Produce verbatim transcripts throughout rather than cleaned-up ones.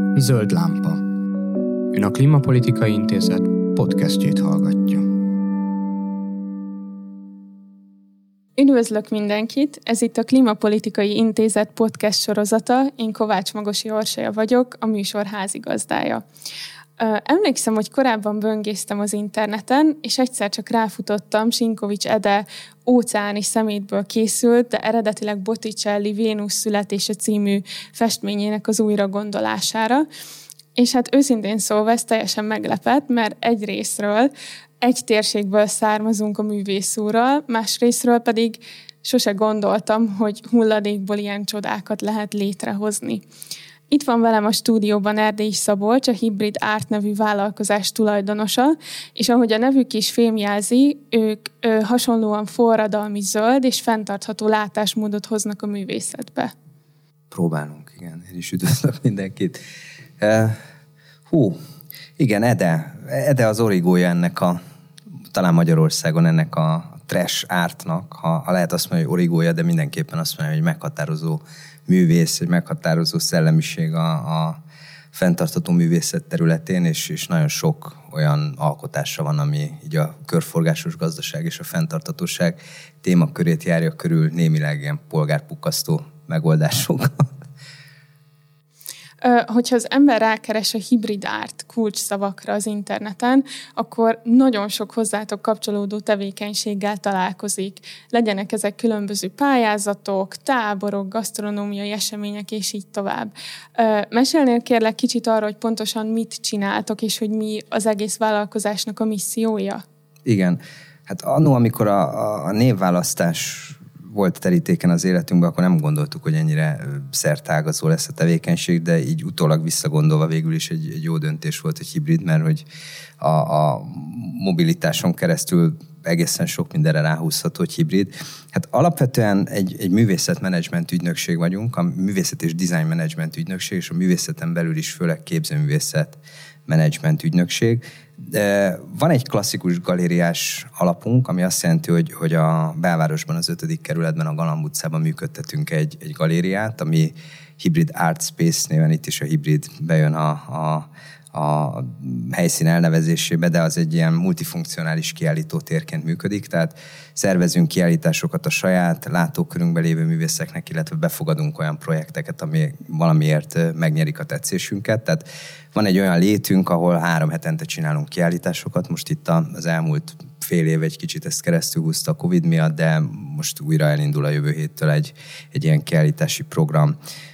Zöld lámpa. Ön a Klímapolitikai Intézet podcastjét hallgatja. Üdvözlök mindenkit! Ez itt a Klímapolitikai Intézet podcast sorozata. Én Kovács Magosi Orsolya vagyok, a műsor házigazdája. Emlékszem, hogy korábban böngésztem az interneten, és egyszer csak ráfutottam Sinkovics Ede óceáni szemétből készült, de eredetileg Botticelli Vénusz születése című festményének az újragondolására. És hát őszintén szólva ez teljesen meglepett, mert egy részről egy térségből származunk a művész úrral, más részről pedig sose gondoltam, hogy hulladékból ilyen csodákat lehet létrehozni. Itt van velem a stúdióban Erdélyi Szabolcs, a Hybrid Art nevű vállalkozás tulajdonosa, és ahogy a nevük is fémjelzi, ők ö, hasonlóan forradalmi zöld és fenntartható látásmódot hoznak a művészetbe. Próbálunk, igen. Én is üdvözlök mindenkit. Uh, hú, igen, Ede. Ede az origója ennek a, talán Magyarországon ennek a trash artnak, ha, ha lehet azt mondani, hogy origója, de mindenképpen azt mondja, hogy meghatározó művész, egy meghatározó szellemiség a, a fenntartható művészet területén, és, és nagyon sok olyan alkotása van, ami így a körforgásos gazdaság és a fenntarthatóság témakörét járja körül, némileg ilyen polgárpukkasztó megoldásokkal. Hogyha az ember rákeres a hibrid art kulcsszavakra az interneten, akkor nagyon sok hozzátok kapcsolódó tevékenységgel találkozik. Legyenek ezek különböző pályázatok, táborok, gasztronómiai események, és így tovább. Mesélnél kérlek kicsit arról, hogy pontosan mit csináltok, és hogy mi az egész vállalkozásnak a missziója? Igen. Hát annó, amikor a, a névválasztás volt terítéken az életünkben, akkor nem gondoltuk, hogy ennyire szertágazó lesz a tevékenység, de így utólag visszagondolva végül is egy, egy jó döntés volt egy hibrid, mert hogy a, a mobilitáson keresztül egészen sok mindenre ráhúzható, hogy hibrid. Hát alapvetően egy, egy művészetmenedzsment ügynökség vagyunk, a művészet és design menedzsment ügynökség, és a művészeten belül is főleg képzőművészet menedzsment ügynökség. De van egy klasszikus galériás alapunk, ami azt jelenti, hogy, hogy a belvárosban, az ötödik kerületben, a Galamb utcában működtetünk egy, egy galériát, ami Hybrid Art Space néven, itt is a hibrid bejön a, a, a helyszín elnevezésébe, de az egy ilyen multifunkcionális kiállítótérként működik, tehát szervezünk kiállításokat a saját látókörünkben lévő művészeknek, illetve befogadunk olyan projekteket, ami valamiért megnyerik a tetszésünket, tehát van egy olyan létünk, ahol három hetente csinálunk kiállításokat, most itt az elmúlt fél év egy kicsit ezt keresztül húzta a Covid miatt, de most újra elindul a jövő héttől egy, egy ilyen kiállítási program.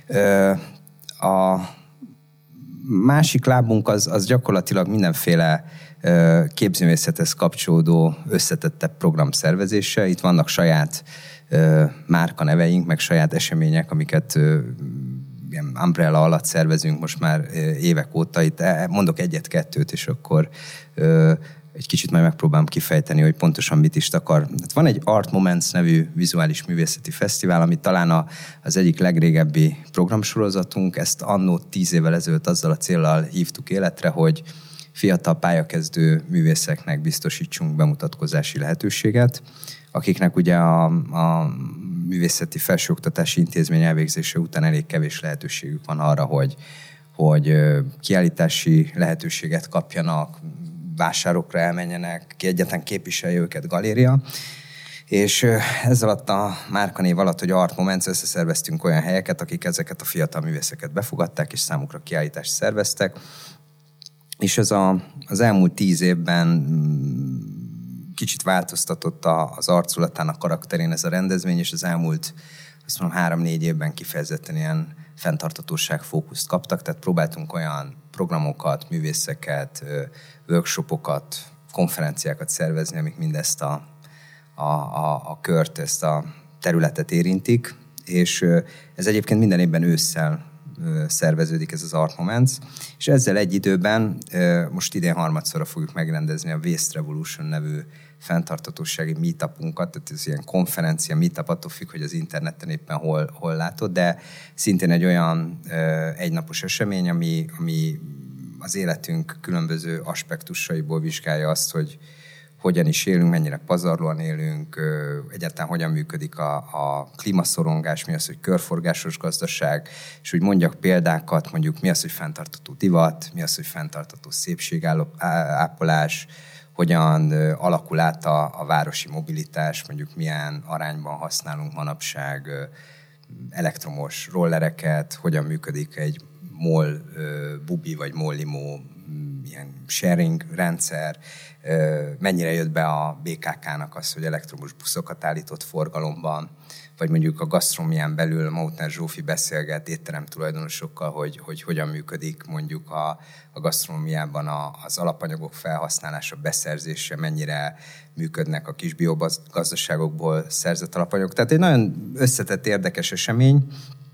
A másik lábunk az, az gyakorlatilag mindenféle képzőművészethez kapcsolódó összetettebb program szervezése. Itt vannak saját márkaneveink, meg saját események, amiket ilyen umbrella alatt szervezünk most már évek óta. Itt mondok egyet-kettőt, és akkor egy kicsit majd megpróbálom kifejteni, hogy pontosan mit is akar. Hát van egy Art Moments nevű vizuális művészeti fesztivál, ami talán a, az egyik legrégebbi programsorozatunk. Ezt annó tíz évvel ezelőtt azzal a céllal hívtuk életre, hogy fiatal pályakezdő művészeknek biztosítsunk bemutatkozási lehetőséget, akiknek ugye a, a művészeti felsőoktatási intézmény elvégzése után elég kevés lehetőségük van arra, hogy, hogy kiállítási lehetőséget kapjanak, vásárokra elmenjenek, ki egyetlen képviselje őket galéria. És ez alatt a márkanév alatt, hogy Art Moments, összeszerveztünk olyan helyeket, akik ezeket a fiatal művészeket befogadták, és számukra kiállítást szerveztek. És ez a, az elmúlt tíz évben kicsit változtatott az arculatán, a karakterén ez a rendezvény, és az elmúlt, azt mondom, három-négy évben kifejezetten ilyen fenntarthatóság fókuszt kaptak, tehát próbáltunk olyan programokat, művészeket, workshopokat, konferenciákat szervezni, amik mindezt a, a, a, a kört, ezt a területet érintik, és ez egyébként minden évben ősszel szerveződik ez az Art Moments, és ezzel egy időben most idén harmadszorra fogjuk megrendezni a Waste Revolution nevű fenntarthatósági meetupunkat, tehát ez ilyen konferencia, meetup, attól függ, hogy az interneten éppen hol, hol látod, de szintén egy olyan egynapos esemény, ami, ami az életünk különböző aspektusaiból vizsgálja azt, hogy hogyan is élünk, mennyire pazarlóan élünk, egyáltalán hogyan működik a, a klímaszorongás, mi az, hogy körforgásos gazdaság, és úgy mondjak példákat, mondjuk mi az, hogy fenntartható divat, mi az, hogy fenntartható szépségápolás, hogyan alakul át a, a városi mobilitás, mondjuk milyen arányban használunk manapság elektromos rollereket, hogyan működik egy MOL bubi vagy MOL limo ilyen sharing rendszer, mennyire jött be a bé ká ká-nak az, hogy elektromos buszokat állított forgalomban, vagy mondjuk a gasztronómián belül Mautner Zsófi beszélget étterem tulajdonosokkal, hogy, hogy hogyan működik mondjuk a, a gasztronómiában a, az alapanyagok felhasználása, beszerzése, mennyire működnek a kis biogazdaságokból szerzett alapanyagok. Tehát egy nagyon összetett, érdekes esemény.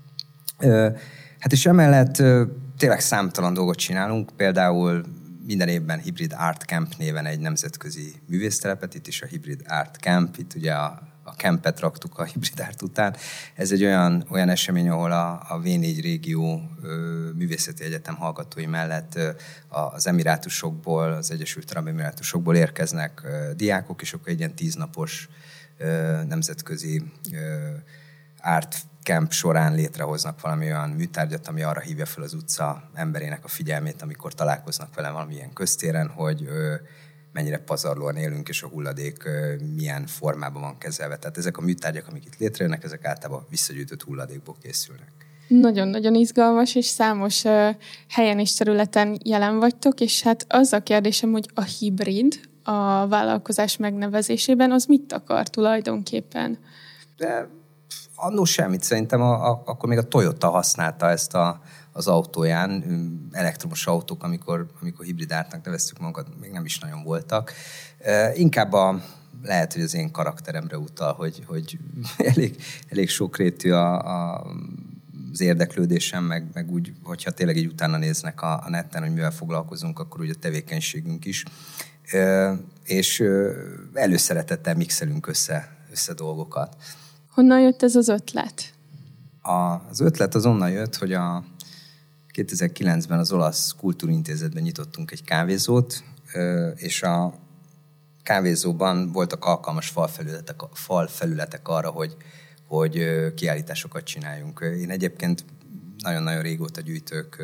Hát és emellett tényleg számtalan dolgot csinálunk, például minden évben Hybrid Art Camp néven egy nemzetközi művésztelepet, itt is a Hybrid Art Camp, itt ugye a, a campet raktuk a Hybrid Art után. Ez egy olyan, olyan esemény, ahol a, a vé négy régió ö, művészeti egyetem hallgatói mellett ö, az emirátusokból, az Egyesült Arab Emirátusokból érkeznek ö, diákok, és akkor egy ilyen tíznapos ö, nemzetközi ö, art camp során létrehoznak valami olyan műtárgyat, ami arra hívja fel az utca emberének a figyelmét, amikor találkoznak vele valamilyen köztéren, hogy ö, mennyire pazarlóan élünk, és a hulladék ö, milyen formában van kezelve. Tehát ezek a műtárgyak, amik itt létrejönnek, ezek általában visszagyűjtött hulladékból készülnek. Nagyon-nagyon izgalmas, és számos uh, helyen és területen jelen vagytok, és hát az a kérdésem, hogy a hibrid a vállalkozás megnevezésében, az mit akar tulajdonképpen? De annó semmit, szerintem a, a, akkor még a Toyota használta ezt a, az autóján, elektromos autók, amikor, amikor hibrid ártnak neveztük magunkat, még nem is nagyon voltak. E, inkább a, lehet, hogy az én karakteremre utal, hogy, hogy elég, elég sokrétű a, a, az érdeklődésem, meg, meg úgy, hogyha tényleg így utána néznek a, a netten, hogy mivel foglalkozunk, akkor úgy a tevékenységünk is. E, és előszeretettel mixelünk össze, össze dolgokat. Honnan jött ez az ötlet? A, az ötlet az onnan jött, hogy a kétezer-kilencben az Olasz Kultúrintézetben nyitottunk egy kávézót, és a kávézóban voltak alkalmas falfelületek, falfelületek arra, hogy, hogy kiállításokat csináljunk. Én egyébként nagyon-nagyon régóta gyűjtök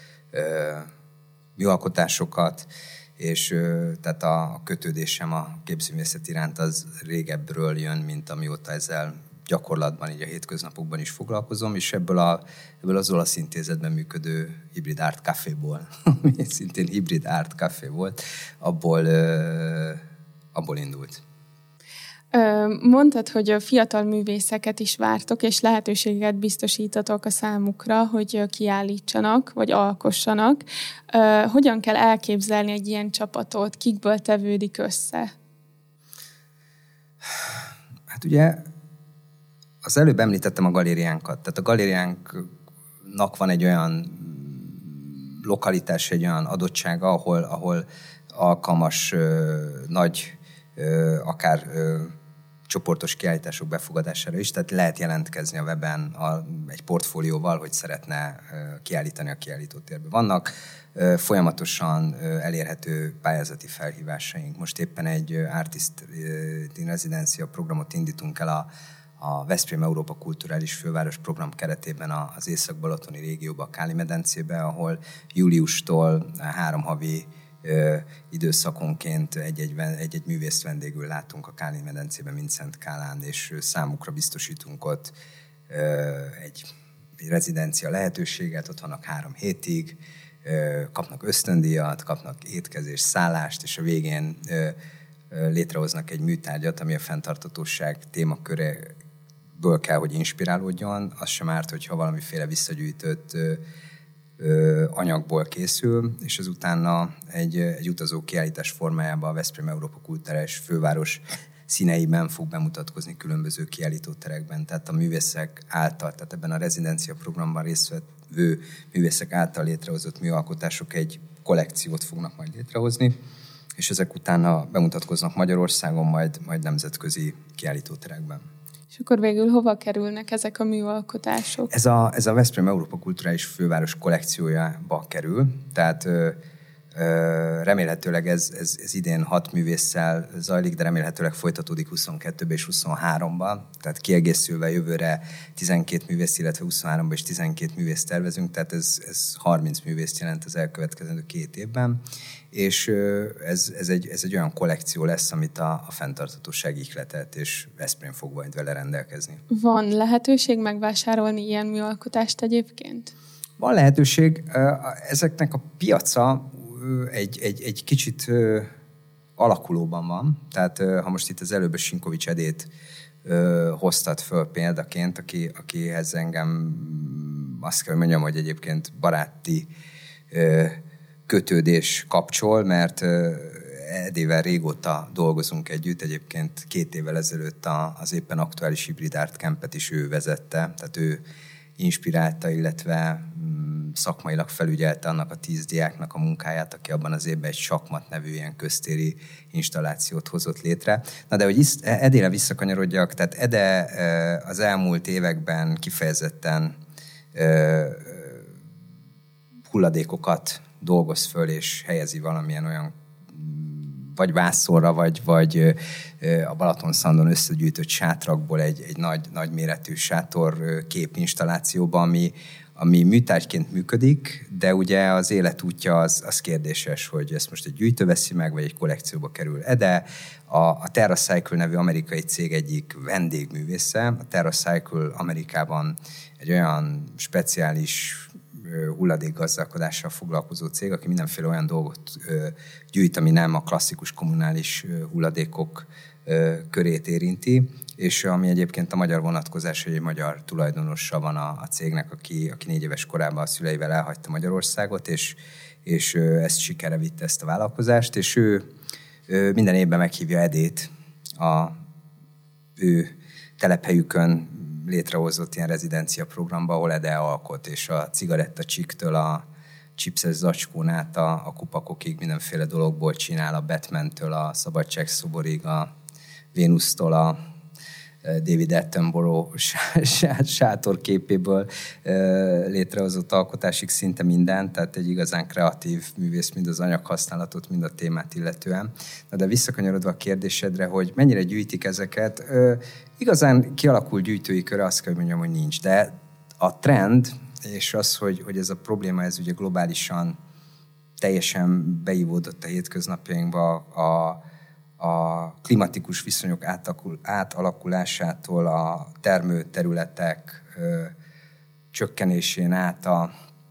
műalkotásokat, és tehát a kötődésem a képzőművészet iránt az régebbről jön, mint amióta ezzel gyakorlatban, így a hétköznapokban is foglalkozom, és ebből, a, ebből az olasz intézetben működő Hybrid Art Caféból, ami szintén Hybrid Art Café volt, abból, abból indult. Mondtad, hogy a fiatal művészeket is vártok, és lehetőséget biztosítatok a számukra, hogy kiállítsanak, vagy alkossanak. Hogyan kell elképzelni egy ilyen csapatot? Kikből tevődik össze? Hát ugye az előbb említettem a galériánkat. Tehát a galériánknak van egy olyan lokalitás, egy olyan adottsága, ahol, ahol alkalmas nagy, akár csoportos kiállítások befogadására is, tehát lehet jelentkezni a weben a, egy portfólióval, hogy szeretne kiállítani a kiállítótérbe. Vannak folyamatosan elérhető pályázati felhívásaink. Most éppen egy Artist in Residencia programot indítunk el a, a Veszprém Európa Kulturális Főváros program keretében az Észak-Balatoni régióba, a Káli-medencébe, ahol júliustól három havi Ö, időszakonként egy-egy, egy-egy művészt vendégül látunk a Káli-medencében, mint Szent Kálán, és számukra biztosítunk ott ö, egy, egy rezidencia lehetőséget, ott vannak három hétig, ö, kapnak ösztöndíjat, kapnak étkezés, szállást, és a végén ö, ö, létrehoznak egy műtárgyat, ami a fenntarthatóság témaköréből kell, hogy inspirálódjon. Az sem árt, hogyha valamiféle visszagyűjtött ö, anyagból készül, és az utána egy, egy utazó kiállítás formájában a Veszprém Európa Kulturális Főváros színeiben fog bemutatkozni különböző kiállítóterekben. Tehát a művészek által, tehát ebben a rezidencia programban résztvevő művészek által létrehozott műalkotások egy kollekciót fognak majd létrehozni, és ezek utána bemutatkoznak Magyarországon, majd, majd nemzetközi kiállítóterekben. És akkor végül hova kerülnek ezek a műalkotások? Ez a, ez a Veszprém Európa Kulturális Főváros kollekciójába kerül, tehát ö, Remélhetőleg ez, ez, ez idén hat művésszel zajlik, de remélhetőleg folytatódik huszonkettőben és huszonháromban. Tehát kiegészülve jövőre tizenkét művészt, illetve huszonháromban és tizenkét művészt tervezünk, tehát ez, ez harminc művészt jelent az elkövetkezendő két évben. És ez, ez, egy, ez egy olyan kollekció lesz, amit a, a fenntarthatóság ihletett, és Veszprém fog majd vele rendelkezni. Van lehetőség megvásárolni ilyen műalkotást egyébként? Van lehetőség. Ezeknek a piaca egy, egy, egy kicsit alakulóban van. Tehát ha most itt az előbb Sinkovics Edét hoztad föl példaként, aki, akihez engem azt kell mondjam, hogy egyébként baráti kötődés kapcsol, mert Edével régóta dolgozunk együtt, egyébként két évvel ezelőtt az éppen aktuális Hybrid Art Campet is ő vezette, tehát ő inspirálta, illetve szakmailag felügyelte annak a tíz diáknak a munkáját, aki abban az évben egy Sakmat nevű ilyen köztéri installációt hozott létre. Na de, hogy Edére visszakanyarodjak, tehát Ede az elmúlt években kifejezetten hulladékokat dolgoz föl, és helyezi valamilyen olyan vagy vászonra, vagy, vagy a Balatonszandon összegyűjtött sátrakból egy, egy nagy, nagy méretű sátor képinstallációba, ami, ami műtárgyként működik, de ugye az életútja az, az kérdéses, hogy ezt most egy gyűjtő veszi meg, vagy egy kollekcióba kerül. De a, a TerraCycle nevű amerikai cég egyik vendégművésze, a TerraCycle Amerikában egy olyan speciális hulladékgazdálkodással foglalkozó cég, aki mindenféle olyan dolgot ö, gyűjt, ami nem a klasszikus kommunális ö, hulladékok ö, körét érinti, és ami egyébként a magyar vonatkozás, hogy egy magyar tulajdonosa van a, a cégnek, aki, aki négy éves korában a szüleivel elhagyta Magyarországot, és, és ö, ezt sikerre vitte ezt a vállalkozást, és ő ö, minden évben meghívja Edét a ő telephelyükön létrehozott ilyen rezidencia programba, ahol Ede alkot, és a cigarettacsiktől a chipses zacskón át a, a kupakokig mindenféle dologból csinál, a Batmantől a szabadságszoborig, a Vénusztól a David Attenborough sátorképéből létrehozott alkotásig szinte minden, tehát egy igazán kreatív művész, mind az anyaghasználatot, mind a témát illetően. Na de visszakanyarodva a kérdésedre, hogy mennyire gyűjtik ezeket, igazán kialakult gyűjtői köre, azt kell mondjam, hogy nincs, de a trend, és az, hogy, hogy ez a probléma, ez ugye globálisan teljesen beívódott a hétköznapjainkba, a a klimatikus viszonyok átalakulásától a termőterületek ö, csökkenésén át a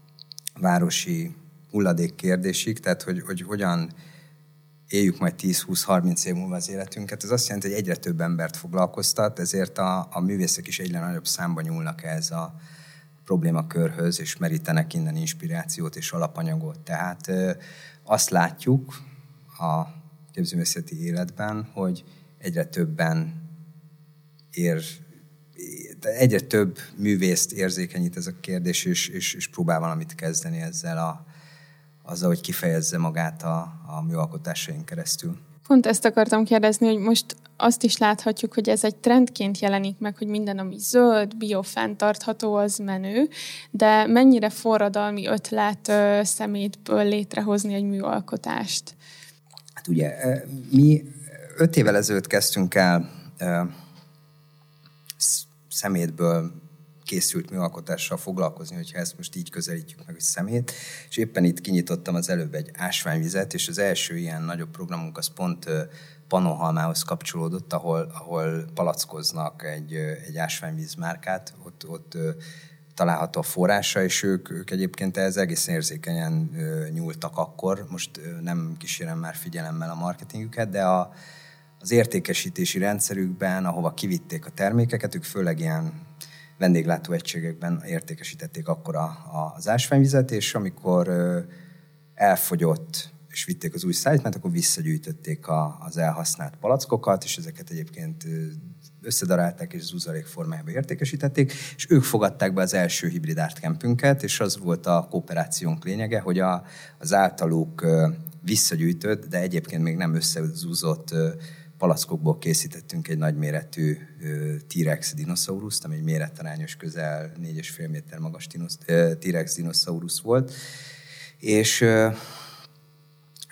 városi hulladék kérdésig, tehát hogy, hogy hogyan éljük majd tíz-húsz-harminc év múlva az életünket. Ez azt jelenti, hogy egyre több embert foglalkoztat, ezért a, a művészek is egyre nagyobb számban nyúlnak ehhez a problémakörhöz, és merítenek innen inspirációt és alapanyagot. Tehát ö, azt látjuk a képzőművészeti életben, hogy egyre többen ér, egyre több művészt érzékenyít ez a kérdés, és, és, és próbál valamit kezdeni ezzel a, azzal, hogy kifejezze magát a, a műalkotásain keresztül. Pont ezt akartam kérdezni, hogy most azt is láthatjuk, hogy ez egy trendként jelenik meg, hogy minden, ami zöld, biofenntartható, az menő, de mennyire forradalmi ötlet szemétből létrehozni egy műalkotást? Hát ugye mi öt évvel ezelőtt kezdtünk el szemétből készült műalkotással foglalkozni, hogyha ezt most így közelítjük meg, hogy szemét, és éppen itt kinyitottam az előbb egy ásványvizet, és az első ilyen nagyobb programunk az pont Pannonhalmához kapcsolódott, ahol, ahol palackoznak egy, egy ásványvíz márkát, ott, ott található a forrása, és ők, ők egyébként ehhez egészen érzékenyen ö, nyúltak akkor. Most ö, nem kísérem már figyelemmel a marketingüket, de a, az értékesítési rendszerükben, ahova kivitték a termékeket, ők főleg ilyen vendéglátóegységekben értékesítették akkor a, a, az ásványvizet, és amikor ö, elfogyott, és vitték az új szállítmányt, akkor visszagyűjtötték a, az elhasznált palackokat, és ezeket egyébként ö, összedarálták és zuzalék formájába értékesítették, és ők fogadták be az első Hybrid Art Campünket, és az volt a kooperációnk lényege, hogy a, az általuk visszagyűjtött, de egyébként még nem összezúzott palackokból készítettünk egy nagyméretű T-rex dinoszaurusz, ami egy méretarányos, közel négy és fél méter magas T-rex dinoszaurusz volt, és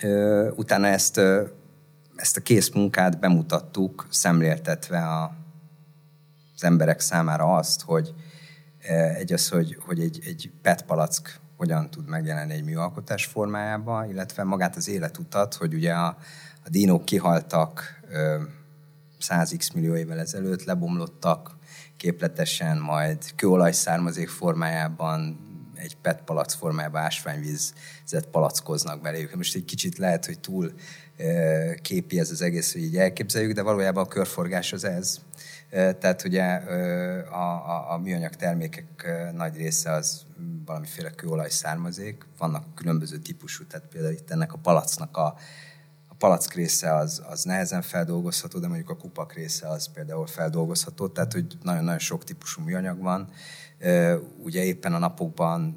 Utána ezt, ezt a kész munkát bemutattuk, szemléltetve a, az emberek számára azt, hogy egy az, hogy, hogy egy, egy pé é té palack hogyan tud megjelenni egy műalkotás formájában, illetve magát az életutat, hogy ugye a, a dinók kihaltak száz x millió évvel ezelőtt, lebomlottak képletesen, majd kőolaj származék formájában, egy pé é té palack formájában ásványvízet palackoznak beléjük. Most egy kicsit lehet, hogy túl képi ez az egész, hogy így elképzeljük, de valójában a körforgás az ez. Tehát ugye a, a, a műanyag termékek nagy része az valamiféle kőolaj származék, vannak különböző típusú, tehát például itt ennek a palacnak a, a palack része az, az nehezen feldolgozható, de mondjuk a kupak része az például feldolgozható, tehát hogy nagyon-nagyon sok típusú műanyag van. Ugye éppen a napokban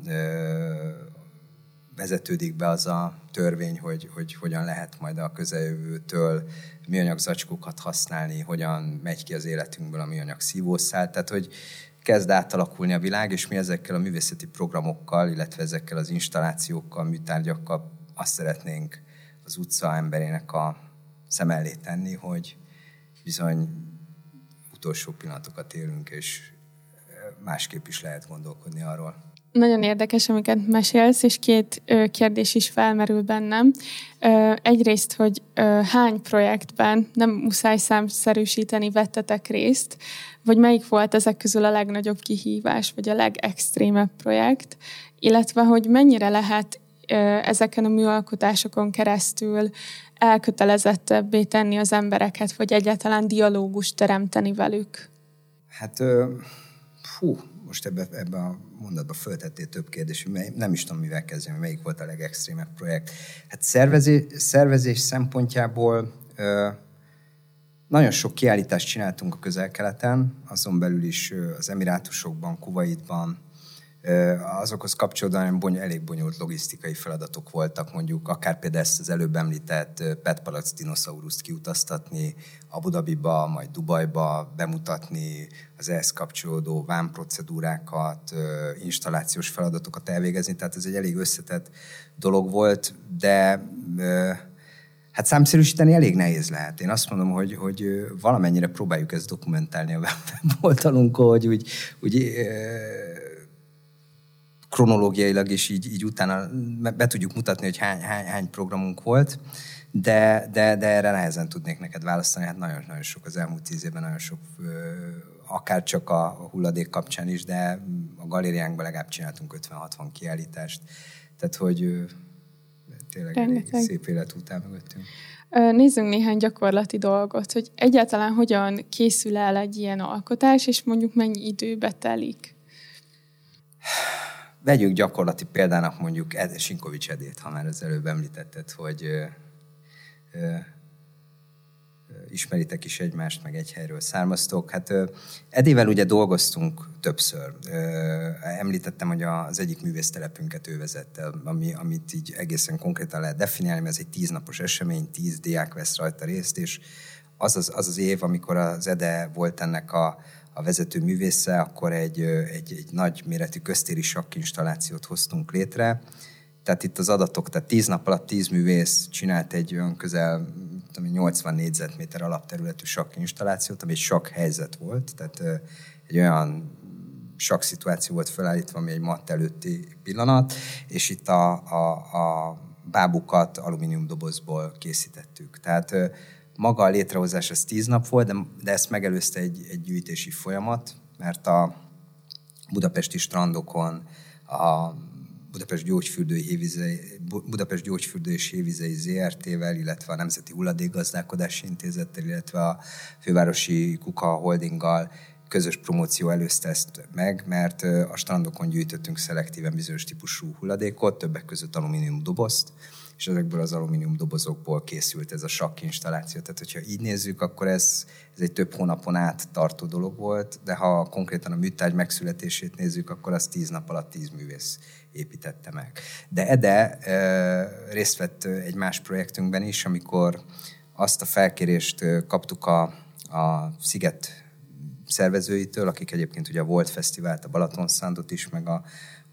vezetődik be az a törvény, hogy, hogy hogyan lehet majd a közeljövőtől műanyag zacskókat használni, hogyan megy ki az életünkből a műanyag szívószál. Tehát, hogy kezd átalakulni a világ, és mi ezekkel a művészeti programokkal, illetve ezekkel az installációkkal, műtárgyakkal azt szeretnénk az utca emberének a szem elé tenni, hogy bizony utolsó pillanatokat élünk, és másképp is lehet gondolkodni arról. Nagyon érdekes, amiket mesélsz, és két ö, kérdés is felmerül bennem. Ö, egyrészt, hogy ö, hány projektben, nem muszáj számszerűsíteni, vettetek részt, vagy melyik volt ezek közül a legnagyobb kihívás, vagy a legextrémebb projekt, illetve, hogy mennyire lehet ö, ezeken a műalkotásokon keresztül elkötelezettebbé tenni az embereket, vagy egyáltalán dialógust teremteni velük? Hát, ö, fú, most ebbe, ebbe a mondatba föltettél több kérdés, nem is tudom, mivel kezdjem, melyik volt a legextrémebb projekt. Hát szervezés, szervezés szempontjából ö, nagyon sok kiállítást csináltunk a Közel-Keleten, azon belül is ö, az Emirátusokban, Kuwaitban, ö, azokhoz kapcsolódóan bony, elég bonyolult logisztikai feladatok voltak, mondjuk akár például ezt az előbb említett pé é té palack dinoszauruszt kiutaztatni Abu Dhabiba, majd Dubajba, bemutatni az ehhez kapcsolódó vámprocedúrákat, installációs feladatokat elvégezni, tehát ez egy elég összetett dolog volt, de hát számszerűsíteni elég nehéz lehet. Én azt mondom, hogy, hogy valamennyire próbáljuk ezt dokumentálni a weboldalunkon, hogy úgy, úgy kronológiailag is így, így utána be tudjuk mutatni, hogy hány, hány, hány programunk volt, de, de, de erre nehezen tudnék neked választani. Hát nagyon-nagyon sok az elmúlt tíz évben, nagyon sok, akár csak a hulladék kapcsán is, de a galériánkban legalább csináltunk ötven-hatvan kiállítást. Tehát, hogy tényleg elég szép életútán mögöttünk. Nézzünk néhány gyakorlati dolgot, hogy egyáltalán hogyan készül el egy ilyen alkotás, és mondjuk mennyi időbe telik? Vegyük gyakorlati példának mondjuk Sinkovics Edét, ha már az előbb említetted, hogy ö, ö, ismeritek is egymást, meg egy helyről származtok. Hát ö, Edével ugye dolgoztunk többször. Ö, említettem, hogy az egyik művésztelepünket ő vezette, ami, amit így egészen konkrétan lehet definiálni, mert ez egy tíznapos esemény, tíz diák vesz rajta részt, és az az, az az év, amikor az Ede volt ennek a a vezető művésze, akkor egy, egy, egy nagy méretű köztéri sakkinstallációt hoztunk létre. Tehát itt az adatok, tehát tíz nap alatt tíz művész csinált egy olyan közel tudom, nyolcvan négyzetméter alapterületű sakkinstallációt, ami egy sakk helyzet volt, tehát egy olyan sakk szituáció volt felállítva, ami egy matt előtti pillanat, és itt a, a, a bábukat alumínium dobozból készítettük. Tehát maga a létrehozás az tíz nap volt, de, de ezt megelőzte egy, egy gyűjtési folyamat, mert a budapesti strandokon, a Budapest Gyógyfürdői Hévizei, Budapest Gyógyfürdő és Hévizei zé er té-vel, illetve a Nemzeti Hulladékgazdálkodási Intézettel, illetve a Fővárosi Kuka Holdinggal közös promóció előzte ezt meg, mert a strandokon gyűjtöttünk szelektíven bizonyos típusú hulladékot, többek között alumínium dobozt, és ezekből az alumínium dobozokból készült ez a sakkinstalláció. Tehát, hogyha így nézzük, akkor ez, ez egy több hónapon át tartó dolog volt, de ha konkrétan a műtárgy megszületését nézzük, akkor az tíz nap alatt tíz művész építette meg. De Ede e, részt vett egy más projektünkben is, amikor azt a felkérést kaptuk a, a Sziget szervezőitől, akik egyébként ugye a Volt Fesztivált, a Balaton Soundot is, meg a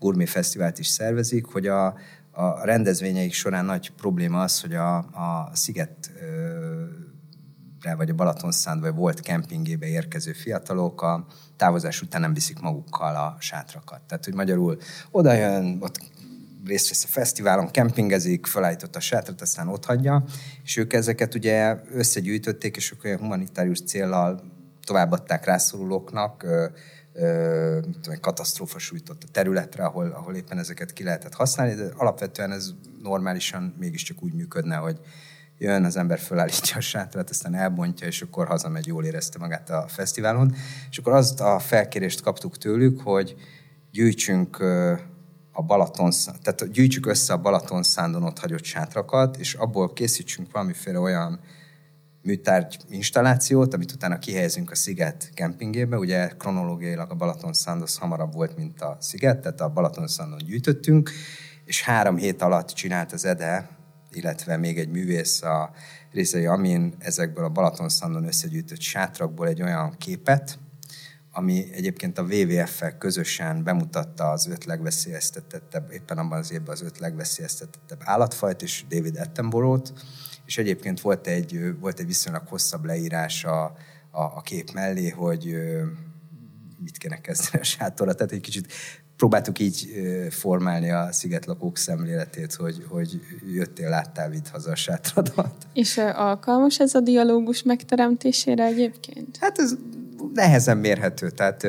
Gourmet Fesztivált is szervezik, hogy a, a rendezvényeik során nagy probléma az, hogy a, a szigetre vagy a Balatonszánd vagy volt kempingébe érkező fiatalok a távozás után nem viszik magukkal a sátrakat. Tehát, hogy magyarul oda jön, ott részt vesz a fesztiválon, kempingezik, felállított a sátrat, aztán ott hagyja, és ők ezeket ugye összegyűjtötték, és ők olyan humanitárius céllal továbbadták rászorulóknak, ö, ö, tudom, katasztrófa sújtott a területre, ahol, ahol éppen ezeket ki lehetett használni, de alapvetően ez normálisan mégiscsak úgy működne, hogy jön, az ember fölállítja a sátrat, aztán elbontja, és akkor hazamegy, jól érezte magát a fesztiválon. És akkor azt a felkérést kaptuk tőlük, hogy gyűjtsünk a Balaton, tehát gyűjtsük össze a Balatonszándon ott hagyott sátrakat, és abból készítsünk valamiféle olyan műtárgy installációt, amit utána kihelyezünk a sziget kempingébe. Ugye kronológiailag a Balatonszánd az hamarabb volt, mint a sziget, tehát a Balatonszándon gyűjtöttünk, és három hét alatt csinált az Ede, illetve még egy művész, a Rézai Amin ezekből a Balatonszándon összegyűjtött sátrakból egy olyan képet, ami egyébként a dupla vé vé ef-fel közösen bemutatta az öt legveszélyeztetettebb, éppen abban az évben az öt legveszélyeztetettebb állatfajt, és David Attenborough-t, és egyébként volt egy, volt egy viszonylag hosszabb leírás a, a, a kép mellé, hogy mit kéne kezdeni a sátorra, tehát egy kicsit próbáltuk így formálni a szigetlakók szemléletét, hogy, hogy jöttél, láttál, vidd haza a sátradat. És alkalmas ez a dialógus megteremtésére egyébként? Hát ez nehezen mérhető, tehát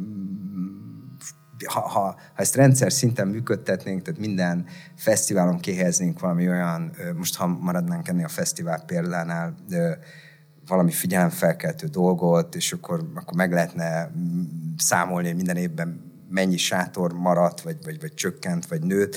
ha, ha, ha ezt rendszer szinten működtetnénk, tehát minden fesztiválon kihelyeznénk valami olyan, most ha maradnánk ennél a fesztivál példánál, valami figyelemfelkeltő dolgot, és akkor, akkor meg lehetne számolni, hogy minden évben mennyi sátor maradt, vagy, vagy, vagy csökkent, vagy nőtt.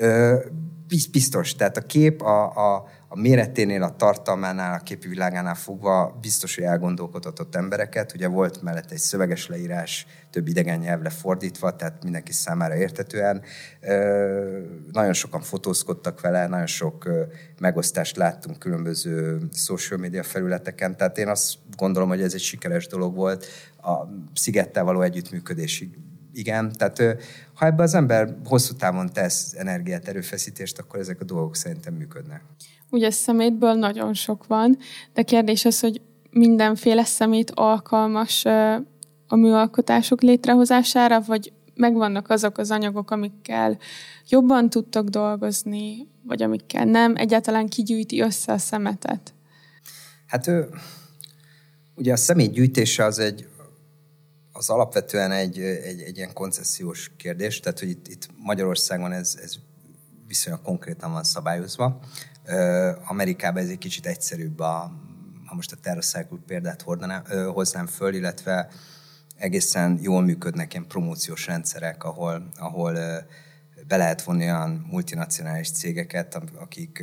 Biztos, tehát a kép a, a, a méreténél, a tartalmánál, a képi világánál fogva biztos, hogy elgondolkodhatott embereket. Ugye volt mellett egy szöveges leírás, több idegen nyelvre fordítva, tehát mindenki számára érthetően. Nagyon sokan fotózkodtak vele, nagyon sok megosztást láttunk különböző social media felületeken, tehát én azt gondolom, hogy ez egy sikeres dolog volt. A szigettel való együttműködésig igen, tehát ha ebbe az ember hosszú távon tesz energiát, erőfeszítést, akkor ezek a dolgok szerintem működnek. Ugye szemétből nagyon sok van, de kérdés az, hogy mindenféle szemét alkalmas a műalkotások létrehozására, vagy megvannak azok az anyagok, amikkel jobban tudtok dolgozni, vagy amikkel nem? Egyáltalán kigyűjti össze a szemetet? Hát ugye a szemét gyűjtése az egy az alapvetően egy, egy, egy ilyen koncesziós kérdés, tehát hogy itt, itt Magyarországon ez, ez viszonylag konkrétan van szabályozva. Amerikában ez egy kicsit egyszerűbb, a, ha most a TerraCycle példát hordanám, hoznám föl, illetve egészen jól működnek ilyen promóciós rendszerek, ahol, ahol be lehet vonni olyan multinacionális cégeket, akik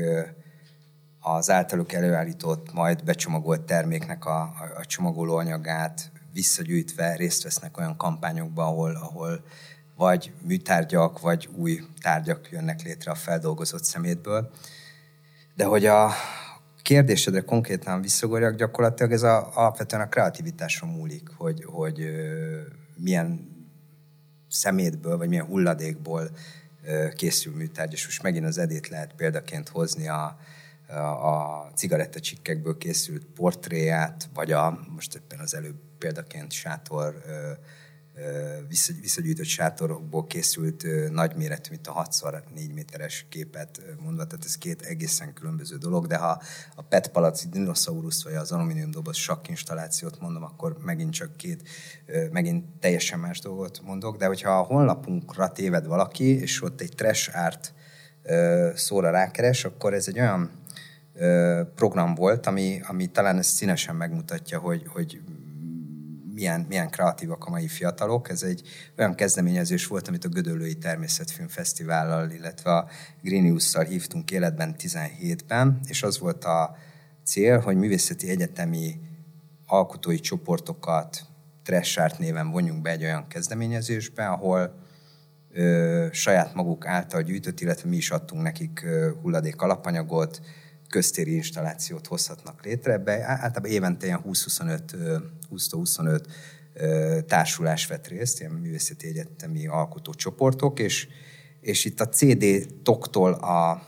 az általuk előállított, majd becsomagolt terméknek a, a csomagolóanyagát visszagyűjtve részt vesznek olyan kampányokban, ahol, ahol vagy műtárgyak, vagy új tárgyak jönnek létre a feldolgozott szemétből. De hogy a kérdésedre konkrétan visszagorjak, gyakorlatilag ez a, alapvetően a kreativitáson múlik, hogy, hogy ö, milyen szemétből, vagy milyen hulladékból ö, készül műtárgy. És most megint az Edét lehet példaként hozni a a cigarettacsikkekből készült portréját, vagy a, most éppen az előbb példaként sátor, visszagyűjtött sátorokból készült nagyméretű, mint a hat szor négy méteres képet mondva, tehát ez két egészen különböző dolog, de ha a pé é té palaci dinoszaurusz vagy az alumíniumdoboz sakkinstallációt mondom, akkor megint csak két, megint teljesen más dolgot mondok, de hogyha a honlapunkra téved valaki, és ott egy trash art szóra rákeres, akkor ez egy olyan program volt, ami, ami talán ezt színesen megmutatja, hogy, hogy milyen, milyen kreatívak a mai fiatalok. Ez egy olyan kezdeményezés volt, amit a Gödöllői Természetfilm Fesztivállal, illetve a Greeniusszal hívtunk életben tizenhétben, és az volt a cél, hogy művészeti egyetemi alkotói csoportokat trash art néven vonjunk be egy olyan kezdeményezésbe, ahol ö, saját maguk által gyűjtött, illetve mi is adtunk nekik ö, hulladék alapanyagot, köztéri installációt hozhatnak létre. Ebbe általában évente ilyen húsz-huszonöt társulás vett részt, ilyen művészeti egyetemi alkotócsoportok, és, és itt a cé dé-toktól a, a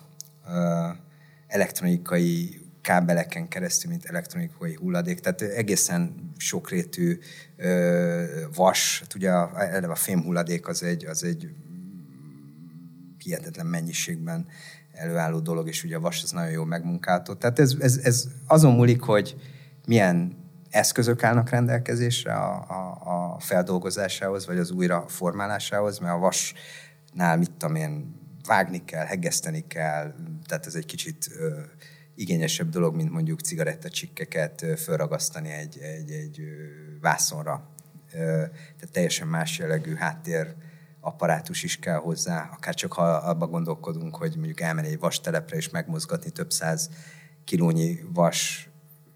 elektronikai kábeleken keresztül, mint elektronikai hulladék, tehát egészen sokrétű ö, vas, hát ugye a, eleve a fémhulladék az egy, az egy hihetetlen mennyiségben előálló dolog, és ugye a vas az nagyon jól megmunkáltott. Tehát ez, ez, ez azon múlik, hogy milyen eszközök állnak rendelkezésre a, a, a feldolgozásához, vagy az újraformálásához, mert a vasnál, mit tudom én, vágni kell, hegeszteni kell, tehát ez egy kicsit ö, igényesebb dolog, mint mondjuk cigarettacsikkeket fölragasztani egy, egy, egy vászonra. Tehát teljesen más jellegű háttér apparátus is kell hozzá, akár csak ha abba gondolkodunk, hogy mondjuk elmenni egy vastelepre és megmozgatni több száz kilónyi vas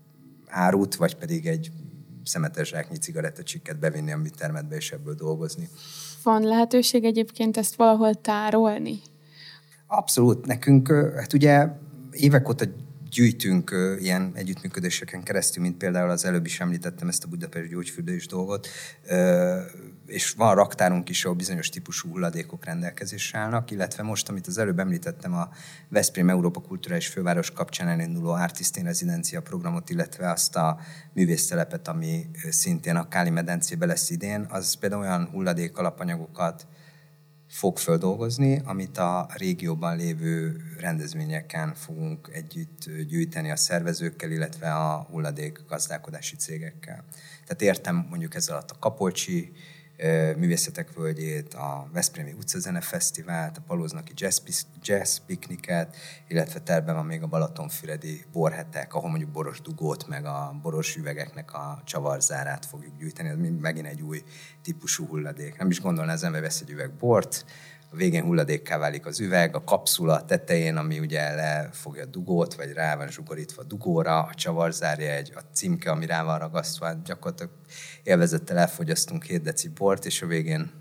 árut, vagy pedig egy szemetes zsáknyi cigarettacsikket bevinni a műtermetbe és ebből dolgozni. Van lehetőség egyébként ezt valahol tárolni? Abszolút. Nekünk, hát ugye évek óta gyűjtünk uh, ilyen együttműködéseken keresztül, mint például az előbb is említettem ezt a Budapest gyógyfürdős dolgot, uh, és van raktárunk is, ahol bizonyos típusú hulladékok rendelkezésre állnak, illetve most, amit az előbb említettem, a Veszprém Európa Kulturális Főváros kapcsán elinduló Artist in Residencia programot, illetve azt a művésztelepet, ami szintén a Káli medencébe lesz idén, az például olyan hulladék alapanyagokat fog földolgozni, amit a régióban lévő rendezvényeken fogunk együtt gyűjteni a szervezőkkel, illetve a hulladék gazdálkodási cégekkel. Tehát értem mondjuk ezzel alatt a Kapolcsi Művészetek Völgyét, a Veszprémi Utcazene Fesztivált, a Palóznaki Jazz, jazz Pikniket, illetve terben van még a Balatonfüredi borhetek, ahol mondjuk boros dugót, meg a boros üvegeknek a csavarzárát fogjuk gyűjteni. Ez megint egy új típusú hulladék. Nem is gondolná, az ember vesz egy üveg bort, a végén hulladékká válik az üveg, a kapszula tetején, ami ugye lefogja a dugót, vagy rá van zsugorítva a dugóra, a csavarzárja egy, a címke, ami rá van ragasztva, gyakorlatilag élvezettel elfogyasztunk hét deci bort, és a végén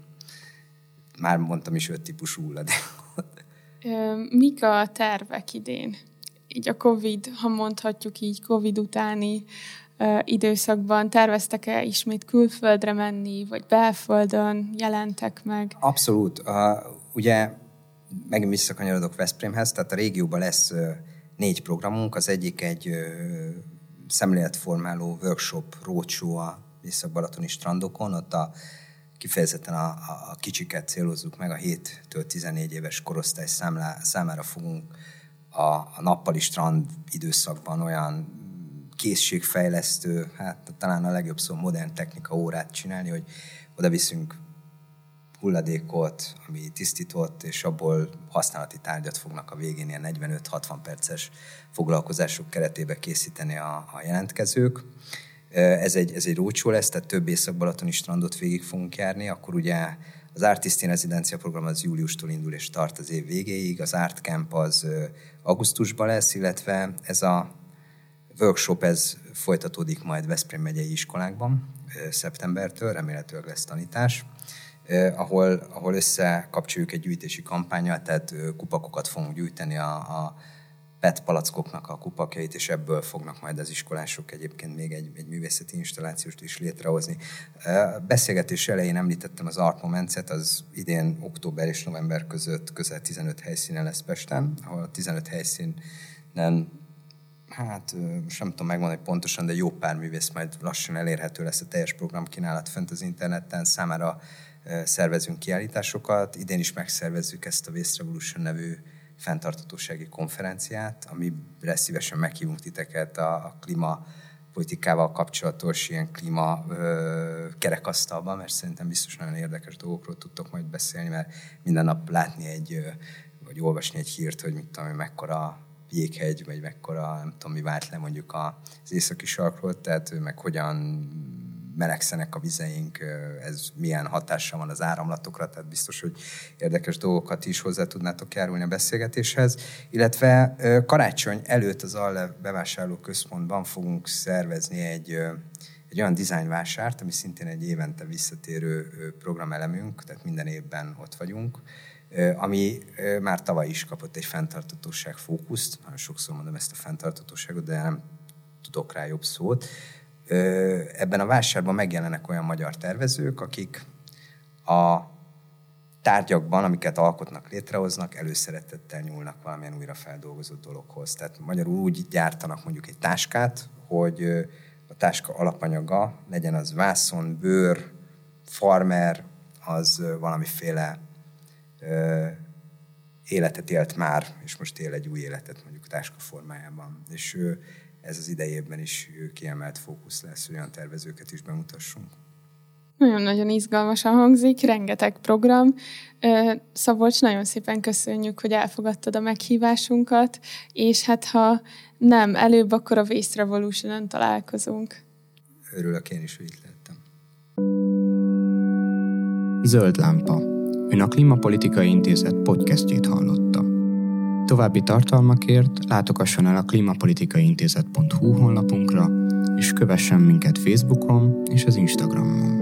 már mondtam is öt típusú hulladékot. Mik a tervek idén? Így a Covid, ha mondhatjuk így, Covid utáni időszakban terveztek-e ismét külföldre menni, vagy belföldön jelentek meg? Abszolút. Uh, ugye megint visszakanyarodok Veszprémhez, tehát a régióban lesz uh, négy programunk. Az egyik egy uh, szemléletformáló workshop, roadshow a Észak-Balatoni strandokon. Ott a, kifejezetten a, a, a kicsiket célozzuk meg, a héttől tizennégy éves korosztály számlá, számára fogunk a, a nappali strand időszakban olyan készségfejlesztő, hát talán a legjobb szó modern technika órát csinálni, hogy oda viszünk hulladékot, ami tisztított, és abból használati tárgyat fognak a végén ilyen negyvenöt-hatvan perces foglalkozások keretében készíteni a, a jelentkezők. Ez egy, ez egy roadshow lesz, tehát több észak-balatoni strandot végig fogunk járni, akkor ugye az Artist in Residencia program az júliustól indul és tart az év végéig, az Art Camp az augusztusban lesz, illetve ez a workshop, ez folytatódik majd Veszprém megyei iskolákban szeptembertől, remélhetőleg lesz tanítás, ahol, ahol összekapcsoljuk egy gyűjtési kampányal, tehát kupakokat fogunk gyűjteni a, a pé e té palackoknak a kupakjait, és ebből fognak majd az iskolások egyébként még egy, egy művészeti installációt is létrehozni. A beszélgetés elején említettem az Art Moments-et, az idén október és november között közel tizenöt helyszínen lesz Pesten, ahol a tizenöt helyszínen, hát most nem tudom megmondani pontosan, de jó pár művész majd lassan elérhető lesz a teljes programkínálat fent az interneten, számára szervezünk kiállításokat. Idén is megszervezzük ezt a Waste Revolution nevű fenntarthatósági konferenciát, amire szívesen meghívunk titeket a, a klímapolitikával kapcsolatos ilyen klíma ö, kerekasztalban, mert szerintem biztos nagyon érdekes dolgokról tudtok majd beszélni, mert minden nap látni egy, ö, vagy olvasni egy hírt, hogy mit tudom, mekkora jéghegy, vagy mekkora, nem tudom, mi vált le mondjuk az északi sarkról, tehát meg hogyan melegszenek a vizeink, ez milyen hatással van az áramlatokra, tehát biztos, hogy érdekes dolgokat is hozzá tudnátok járulni a beszélgetéshez. Illetve karácsony előtt az Alle bevásárló központban fogunk szervezni egy, egy olyan dizájnvásárt, ami szintén egy évente visszatérő programelemünk, tehát minden évben ott vagyunk, ami már tavaly is kapott egy fenntarthatóság fókuszt. Nagyon sokszor mondom ezt a fenntarthatóságot, de nem tudok rá jobb szót. ebben a vásárban megjelennek olyan magyar tervezők, akik a tárgyakban, amiket alkotnak, létrehoznak, előszeretettel nyúlnak valamilyen újrafeldolgozott dologhoz. Tehát magyarul úgy gyártanak mondjuk egy táskát, hogy a táska alapanyaga legyen az vászon, bőr, farmer, az valamiféle ö, életet élt már, és most él egy új életet mondjuk táska formájában. És ö, ez az idejében is kiemelt fókusz lesz, hogy olyan tervezőket is bemutassunk. Nagyon-nagyon izgalmasan hangzik, rengeteg program. Szabolcs, nagyon szépen köszönjük, hogy elfogadtad a meghívásunkat, és hát ha nem előbb, akkor a Waste Revolution-on találkozunk. Örülök én is, hogy itt lettem. Zöld lámpa. Ön a Klímapolitikai Intézet podcastjét hallotta. További tartalmakért látogasson el a klímapolitikaiintézet pont hu honlapunkra, és kövessen minket Facebookon és az Instagramon.